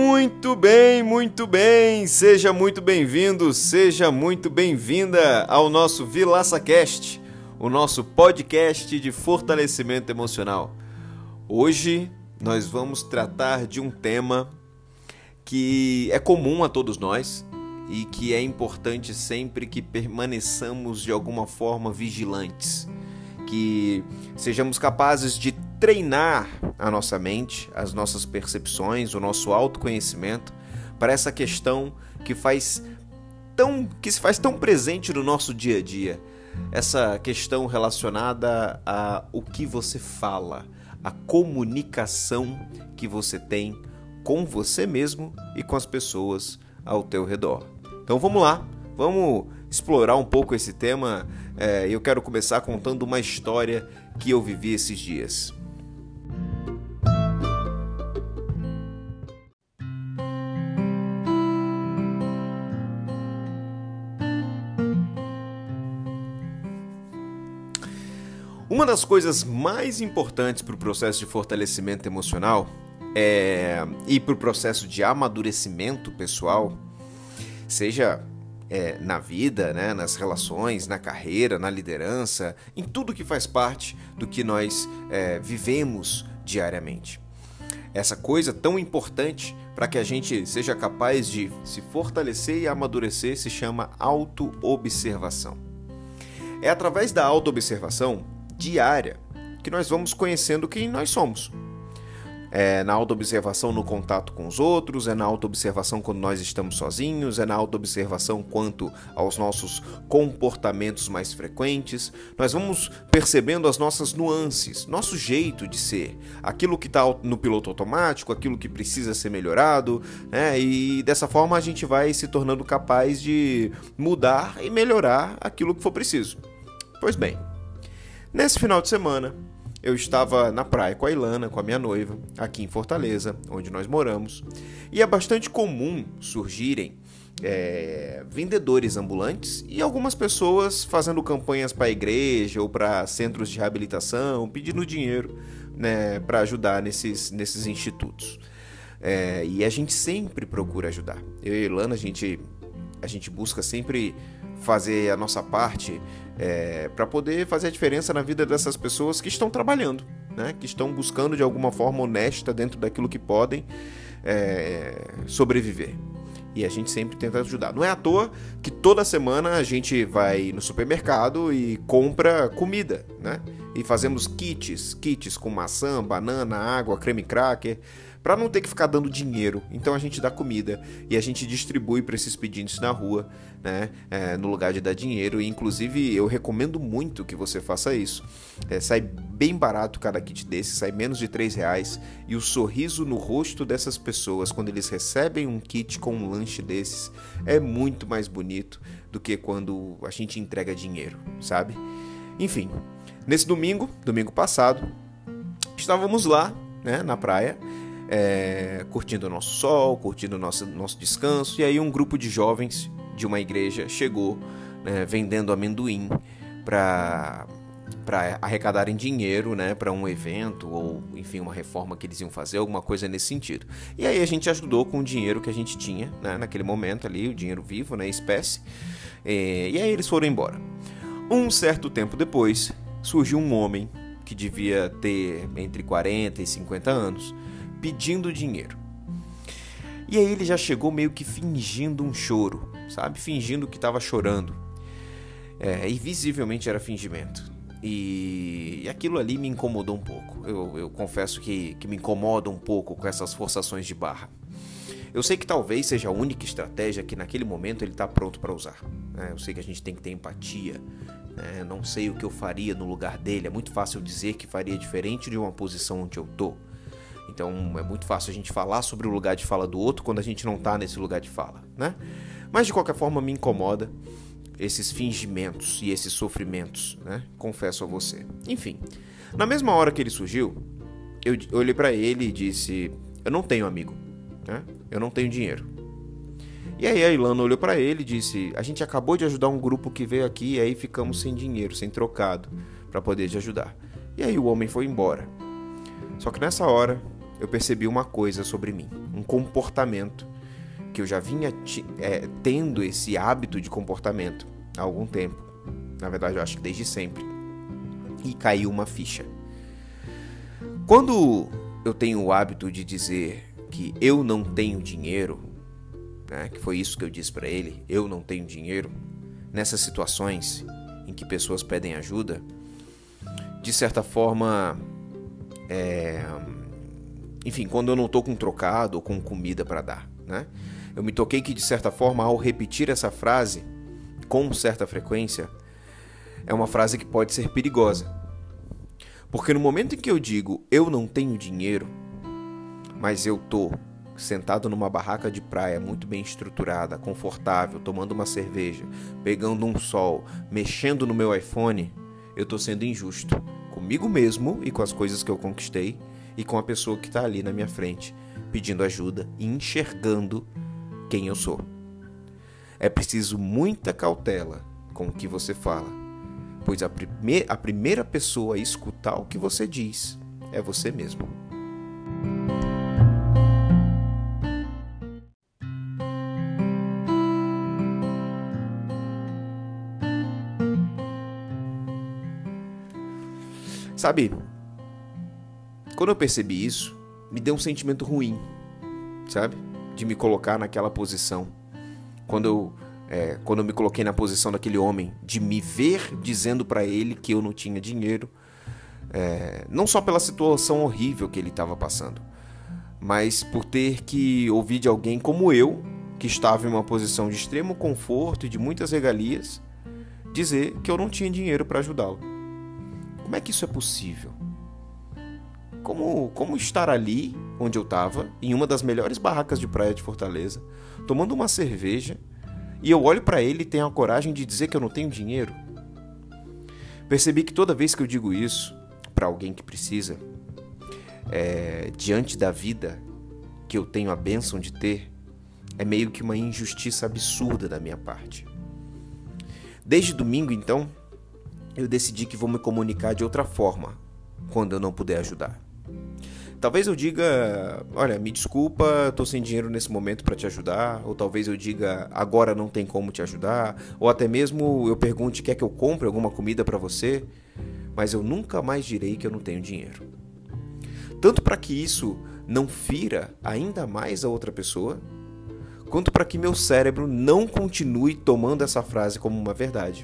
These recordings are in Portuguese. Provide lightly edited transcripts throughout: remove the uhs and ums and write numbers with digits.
Muito bem, seja muito bem-vindo, seja muito bem-vinda ao nosso VilaçaCast, o nosso podcast de fortalecimento emocional. Hoje nós vamos tratar de um tema que é comum a todos nós e que é importante sempre que permaneçamos de alguma forma vigilantes, que sejamos capazes de treinar a nossa mente, as nossas percepções, o nosso autoconhecimento para essa questão que se faz tão presente no nosso dia a dia. Essa questão relacionada a o que você fala, a comunicação que você tem com você mesmo e com as pessoas ao teu redor. Então vamos lá, vamos explorar um pouco esse tema. Eu quero começar contando uma história que eu vivi esses dias. Uma das coisas mais importantes para o processo de fortalecimento emocional e para o processo de amadurecimento pessoal, seja na vida, né, nas relações, na carreira, na liderança, em tudo que faz parte do que nós vivemos diariamente. Essa coisa tão importante para que a gente seja capaz de se fortalecer e amadurecer se chama autoobservação. É através da autoobservação diária que nós vamos conhecendo quem nós somos. É na autoobservação no contato com os outros, é na autoobservação quando nós estamos sozinhos, é na autoobservação quanto aos nossos comportamentos mais frequentes. Nós vamos percebendo as nossas nuances, nosso jeito de ser, aquilo que está no piloto automático, aquilo que precisa ser melhorado, né? E dessa forma a gente vai se tornando capaz de mudar e melhorar aquilo que for preciso. Pois bem, nesse final de semana, eu estava na praia com a Ilana, com a minha noiva, aqui em Fortaleza, onde nós moramos, e é bastante comum surgirem vendedores ambulantes e algumas pessoas fazendo campanhas para a igreja ou para centros de reabilitação, pedindo dinheiro, né, para ajudar nesses institutos. E a gente sempre procura ajudar. Eu e a Ilana, a gente busca sempre fazer a nossa parte para poder fazer a diferença na vida dessas pessoas que estão trabalhando, né? Que estão buscando de alguma forma honesta, dentro daquilo que podem, sobreviver. E a gente sempre tenta ajudar. Não é à toa que toda semana a gente vai no supermercado e compra comida, né? E fazemos kits com maçã, banana, água, creme cracker, para não ter que ficar dando dinheiro. Então a gente dá comida e a gente distribui para esses pedintes na rua, né? No lugar de dar dinheiro. E inclusive eu recomendo muito que você faça isso. Sai bem barato cada kit desse, sai menos de R$3. E o sorriso no rosto dessas pessoas quando eles recebem um kit com um lanche desses é muito mais bonito do que quando a gente entrega dinheiro, sabe? Enfim, nesse domingo passado, estávamos lá, né, na praia, curtindo o nosso sol, curtindo o nosso descanso. E aí um grupo de jovens de uma igreja chegou, né, vendendo amendoim para arrecadarem dinheiro, né, para um evento ou, enfim, uma reforma que eles iam fazer, alguma coisa nesse sentido. E aí a gente ajudou com o dinheiro que a gente tinha, né, naquele momento ali, o dinheiro vivo, né, espécie. E aí eles foram embora. Um certo tempo depois, surgiu um homem que devia ter entre 40 e 50 anos, pedindo dinheiro. E aí ele já chegou meio que fingindo um choro, sabe? Fingindo que estava chorando. E visivelmente era fingimento. E aquilo ali me incomodou um pouco. Eu confesso que me incomoda um pouco com essas forçações de barra. Eu sei que talvez seja a única estratégia que naquele momento ele está pronto para usar. Eu sei que a gente tem que ter empatia. Não sei o que eu faria no lugar dele. É muito fácil dizer que faria diferente de uma posição onde eu tô. Então é muito fácil a gente falar sobre o lugar de fala do outro quando a gente não está nesse lugar de fala, né? Mas de qualquer forma me incomoda esses fingimentos e esses sofrimentos, né? Confesso a você. Enfim, na mesma hora que ele surgiu, eu olhei para ele e disse: eu não tenho amigo, né? Eu não tenho dinheiro. E aí a Ilana olhou para ele e disse: a gente acabou de ajudar um grupo que veio aqui e aí ficamos sem dinheiro, sem trocado, para poder te ajudar. E aí o homem foi embora. Só que nessa hora eu percebi uma coisa sobre mim, um comportamento que eu já vinha tendo esse hábito de comportamento há algum tempo. Na verdade, eu acho que desde sempre. E caiu uma ficha. Quando eu tenho o hábito de dizer que eu não tenho dinheiro, né, que foi isso que eu disse para ele, eu não tenho dinheiro, nessas situações em que pessoas pedem ajuda, de certa forma, enfim, quando eu não estou com trocado ou com comida para dar, né? Eu me toquei que, de certa forma, ao repetir essa frase com certa frequência, é uma frase que pode ser perigosa. Porque no momento em que eu digo eu não tenho dinheiro, mas eu tô sentado numa barraca de praia muito bem estruturada, confortável, tomando uma cerveja, pegando um sol, mexendo no meu iPhone, eu tô sendo injusto comigo mesmo e com as coisas que eu conquistei e com a pessoa que está ali na minha frente, pedindo ajuda e enxergando quem eu sou. É preciso muita cautela com o que você fala, pois a primeira pessoa a escutar o que você diz é você mesmo. Sabe, quando eu percebi isso, me deu um sentimento ruim, sabe? De me colocar naquela posição. Quando eu me coloquei na posição daquele homem, de me ver dizendo para ele que eu não tinha dinheiro, não só pela situação horrível que ele estava passando, mas por ter que ouvir de alguém como eu, que estava em uma posição de extremo conforto e de muitas regalias, dizer que eu não tinha dinheiro para ajudá-lo. Como é que isso é possível? Como estar ali, onde eu estava, em uma das melhores barracas de praia de Fortaleza, tomando uma cerveja, e eu olho para ele e tenho a coragem de dizer que eu não tenho dinheiro? Percebi que toda vez que eu digo isso para alguém que precisa, diante da vida que eu tenho a bênção de ter, é meio que uma injustiça absurda da minha parte. Desde domingo, então, eu decidi que vou me comunicar de outra forma quando eu não puder ajudar. Talvez eu diga, olha, me desculpa, estou sem dinheiro nesse momento para te ajudar, ou talvez eu diga, agora não tem como te ajudar, ou até mesmo eu pergunte, quer que eu compre alguma comida para você? Mas eu nunca mais direi que eu não tenho dinheiro. Tanto para que isso não fira ainda mais a outra pessoa, quanto para que meu cérebro não continue tomando essa frase como uma verdade.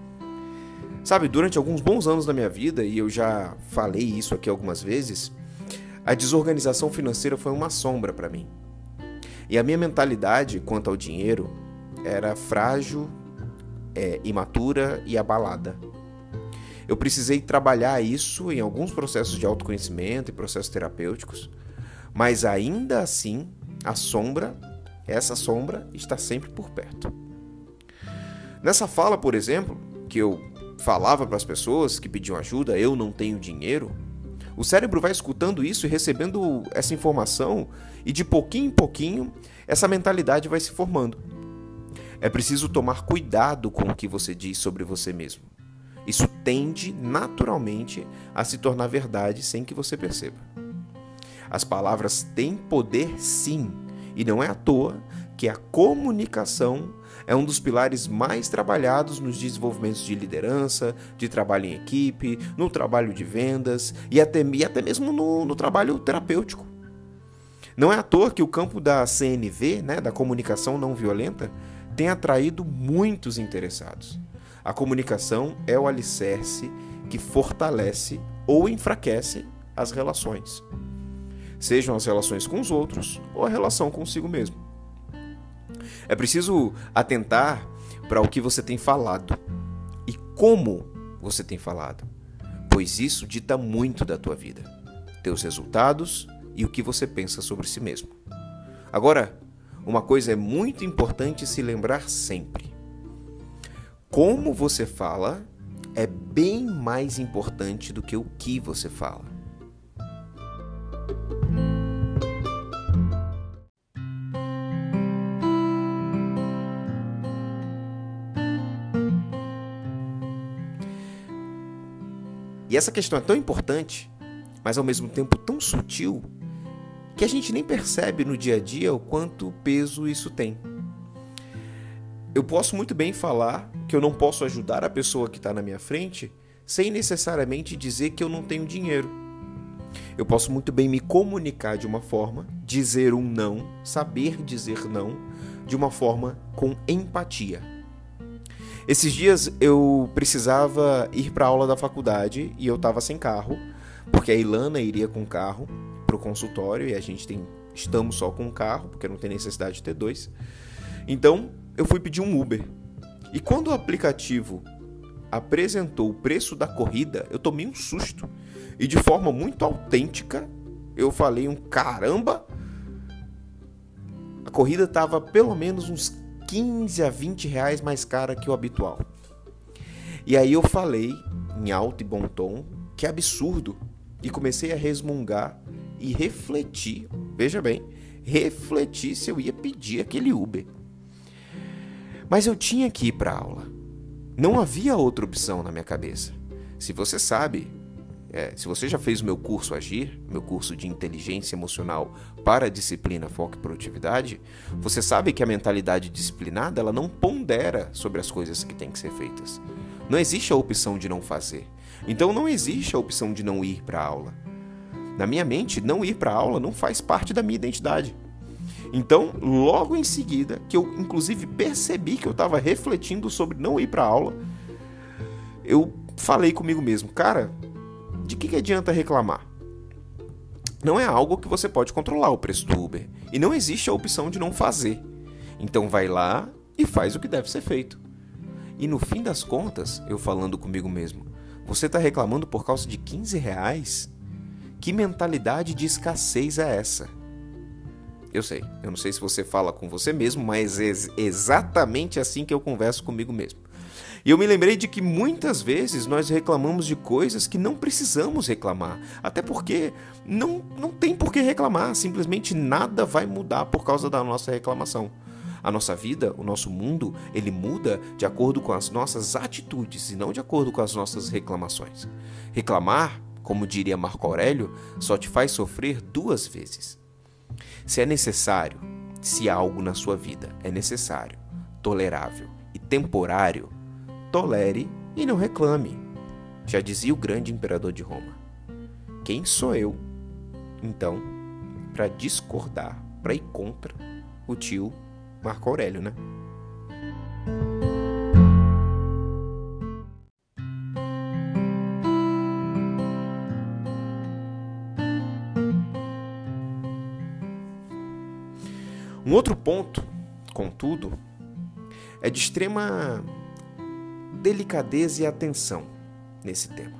Sabe, durante alguns bons anos da minha vida, e eu já falei isso aqui algumas vezes, a desorganização financeira foi uma sombra para mim. E a minha mentalidade quanto ao dinheiro era frágil, imatura e abalada. Eu precisei trabalhar isso em alguns processos de autoconhecimento e processos terapêuticos, mas ainda assim, essa sombra está sempre por perto. Nessa fala, por exemplo, que eu falava para as pessoas que pediam ajuda, eu não tenho dinheiro, o cérebro vai escutando isso e recebendo essa informação, e de pouquinho em pouquinho essa mentalidade vai se formando. É preciso tomar cuidado com o que você diz sobre você mesmo. Isso tende naturalmente a se tornar verdade sem que você perceba. As palavras têm poder, sim, e não é à toa que a comunicação é um dos pilares mais trabalhados nos desenvolvimentos de liderança, de trabalho em equipe, no trabalho de vendas e até mesmo no trabalho terapêutico. Não é à toa que o campo da CNV, da comunicação não violenta, tem atraído muitos interessados. A comunicação é o alicerce que fortalece ou enfraquece as relações. Sejam as relações com os outros ou a relação consigo mesmo. É preciso atentar para o que você tem falado e como você tem falado, pois isso dita muito da tua vida, teus resultados e o que você pensa sobre si mesmo. Agora, uma coisa é muito importante se lembrar sempre. Como você fala é bem mais importante do que o que você fala. E essa questão é tão importante, mas ao mesmo tempo tão sutil, que a gente nem percebe no dia a dia o quanto peso isso tem. Eu posso muito bem falar que eu não posso ajudar a pessoa que está na minha frente sem necessariamente dizer que eu não tenho dinheiro. Eu posso muito bem me comunicar de uma forma, dizer um não, saber dizer não, de uma forma com empatia. Esses dias eu precisava ir para a aula da faculdade e eu estava sem carro, porque a Ilana iria com o carro para o consultório e estamos só com um carro, porque não tem necessidade de ter dois. Então eu fui pedir um Uber. E quando o aplicativo apresentou o preço da corrida, eu tomei um susto. E de forma muito autêntica, eu falei caramba, a corrida estava pelo menos uns 15 a 20 reais mais cara que o habitual. E aí eu falei, em alto e bom tom, que é absurdo. E comecei a resmungar e refletir, veja bem, refletir se eu ia pedir aquele Uber. Mas eu tinha que ir para a aula. Não havia outra opção na minha cabeça. Se você sabe, se você já fez o meu curso Agir, meu curso de inteligência emocional para a disciplina, foco e produtividade, você sabe que a mentalidade disciplinada ela não pondera sobre as coisas que têm que ser feitas. Não existe a opção de não fazer. Então não existe a opção de não ir para a aula. Na minha mente, não ir para a aula não faz parte da minha identidade. Então, logo em seguida, que eu inclusive percebi que eu estava refletindo sobre não ir para a aula, eu falei comigo mesmo, cara, de que adianta reclamar? Não é algo que você pode controlar o preço do Uber. E não existe a opção de não fazer. Então vai lá e faz o que deve ser feito. E no fim das contas, eu falando comigo mesmo, você está reclamando por causa de 15 reais? Que mentalidade de escassez é essa? Eu sei, eu não sei se você fala com você mesmo, mas é exatamente assim que eu converso comigo mesmo. E eu me lembrei de que muitas vezes nós reclamamos de coisas que não precisamos reclamar. Até porque não tem por que reclamar, simplesmente nada vai mudar por causa da nossa reclamação. A nossa vida, o nosso mundo, ele muda de acordo com as nossas atitudes e não de acordo com as nossas reclamações. Reclamar, como diria Marco Aurélio, só te faz sofrer 2 vezes. Se é necessário, se algo na sua vida é necessário, tolerável e temporário, tolere e não reclame. Já dizia o grande imperador de Roma. Quem sou eu, então, para discordar, para ir contra o tio Marco Aurélio, né? Um outro ponto, contudo, é de extrema delicadeza e atenção nesse tema.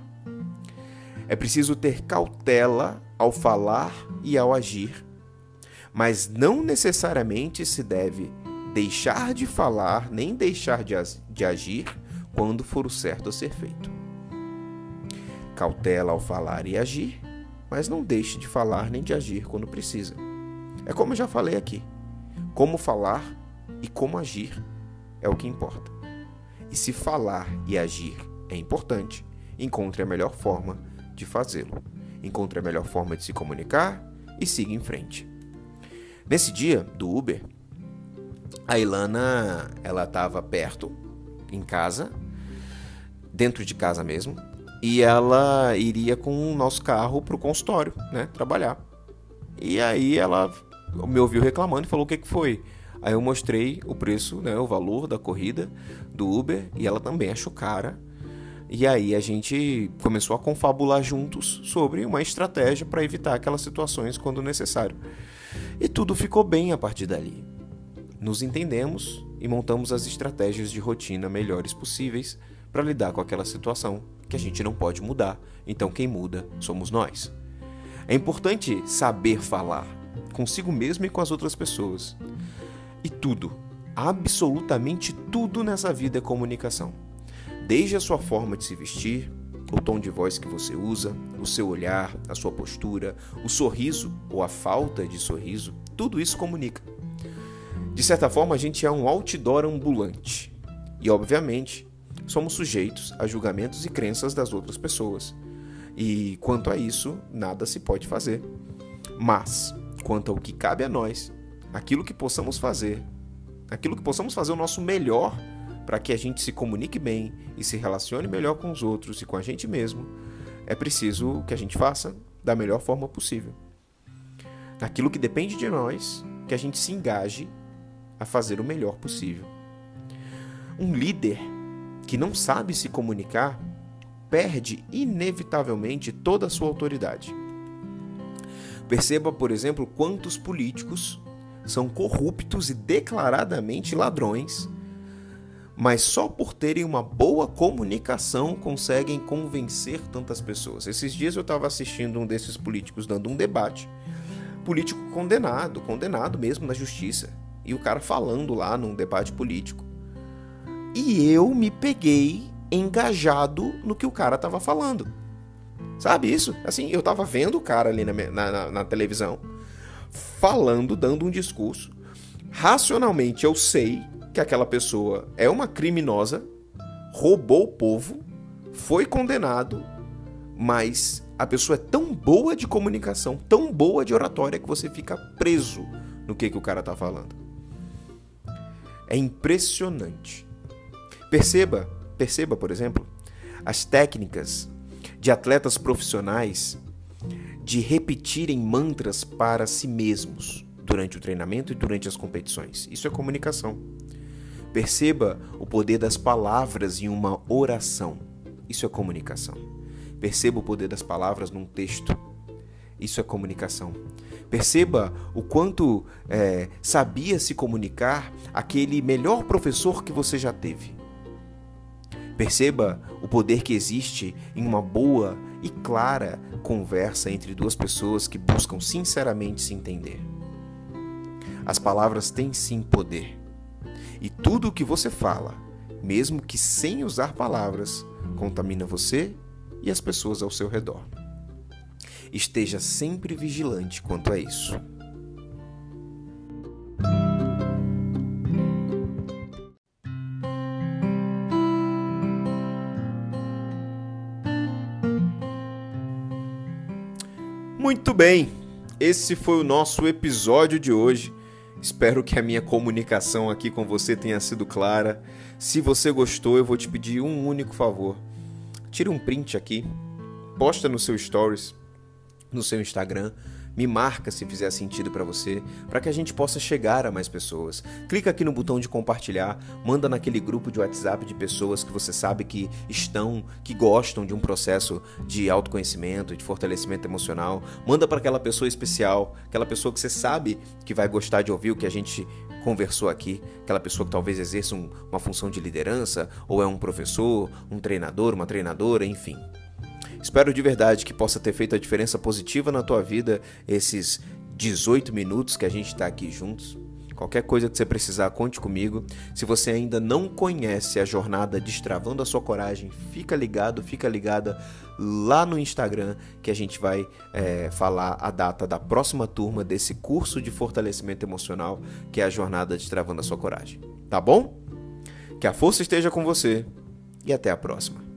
É preciso ter cautela ao falar e ao agir, mas não necessariamente se deve deixar de falar nem deixar de agir quando for o certo a ser feito. Cautela ao falar e agir, mas não deixe de falar nem de agir quando precisa. É como eu já falei aqui. Como falar e como agir é o que importa. E se falar e agir é importante, encontre a melhor forma de fazê-lo. Encontre a melhor forma de se comunicar e siga em frente. Nesse dia do Uber, a Ilana, ela estava perto, em casa, dentro de casa mesmo, e ela iria com o nosso carro para o consultório, né, trabalhar. E aí ela me ouviu reclamando e falou o que foi. Aí eu mostrei o preço, né, o valor da corrida do Uber, e ela também achou cara. E aí a gente começou a confabular juntos sobre uma estratégia para evitar aquelas situações quando necessário. E tudo ficou bem a partir dali. Nos entendemos e montamos as estratégias de rotina melhores possíveis para lidar com aquela situação que a gente não pode mudar. Então quem muda somos nós. É importante saber falar consigo mesmo e com as outras pessoas. E tudo, absolutamente tudo nessa vida é comunicação. Desde a sua forma de se vestir, o tom de voz que você usa, o seu olhar, a sua postura, o sorriso ou a falta de sorriso, tudo isso comunica. De certa forma, a gente é um outdoor ambulante. E, obviamente, somos sujeitos a julgamentos e crenças das outras pessoas. E, quanto a isso, nada se pode fazer. Mas, quanto ao que cabe a nós, aquilo que possamos fazer o nosso melhor para que a gente se comunique bem e se relacione melhor com os outros e com a gente mesmo, é preciso que a gente faça da melhor forma possível. Naquilo que depende de nós, que a gente se engaje a fazer o melhor possível. Um líder que não sabe se comunicar perde inevitavelmente toda a sua autoridade. Perceba, por exemplo, quantos políticos são corruptos e declaradamente ladrões, mas só por terem uma boa comunicação conseguem convencer tantas pessoas. Esses dias eu estava assistindo um desses políticos dando um debate, político condenado mesmo na justiça, e o cara falando lá num debate político. E eu me peguei engajado no que o cara estava falando. Sabe isso? Assim, eu estava vendo o cara ali na televisão, falando, dando um discurso. Racionalmente eu sei que aquela pessoa é uma criminosa, roubou o povo, foi condenado, mas a pessoa é tão boa de comunicação, tão boa de oratória, que você fica preso no que o cara está falando. É impressionante. Perceba, por exemplo, as técnicas de atletas profissionais de repetirem mantras para si mesmos durante o treinamento e durante as competições. Isso é comunicação. Perceba o poder das palavras em uma oração. Isso é comunicação. Perceba o poder das palavras num texto. Isso é comunicação. Perceba o quanto sabia se comunicar aquele melhor professor que você já teve. Perceba o poder que existe em uma boa e clara conversa entre duas pessoas que buscam sinceramente se entender. As palavras têm sim poder. E tudo o que você fala, mesmo que sem usar palavras, contamina você e as pessoas ao seu redor. Esteja sempre vigilante quanto a isso. Muito bem, esse foi o nosso episódio de hoje. Espero que a minha comunicação aqui com você tenha sido clara. Se você gostou, eu vou te pedir um único favor. Tira um print aqui, posta no seu Stories, no seu Instagram, me marca se fizer sentido para você, para que a gente possa chegar a mais pessoas. Clica aqui no botão de compartilhar, manda naquele grupo de WhatsApp de pessoas que você sabe que gostam de um processo de autoconhecimento, de fortalecimento emocional. Manda para aquela pessoa especial, aquela pessoa que você sabe que vai gostar de ouvir o que a gente conversou aqui, aquela pessoa que talvez exerça uma função de liderança, ou é um professor, um treinador, uma treinadora, enfim. Espero de verdade que possa ter feito a diferença positiva na tua vida esses 18 minutos que a gente está aqui juntos. Qualquer coisa que você precisar, conte comigo. Se você ainda não conhece a jornada Destravando a Sua Coragem, fica ligada lá no Instagram, que a gente vai falar a data da próxima turma desse curso de fortalecimento emocional, que é a jornada Destravando a Sua Coragem. Tá bom? Que a força esteja com você e até a próxima.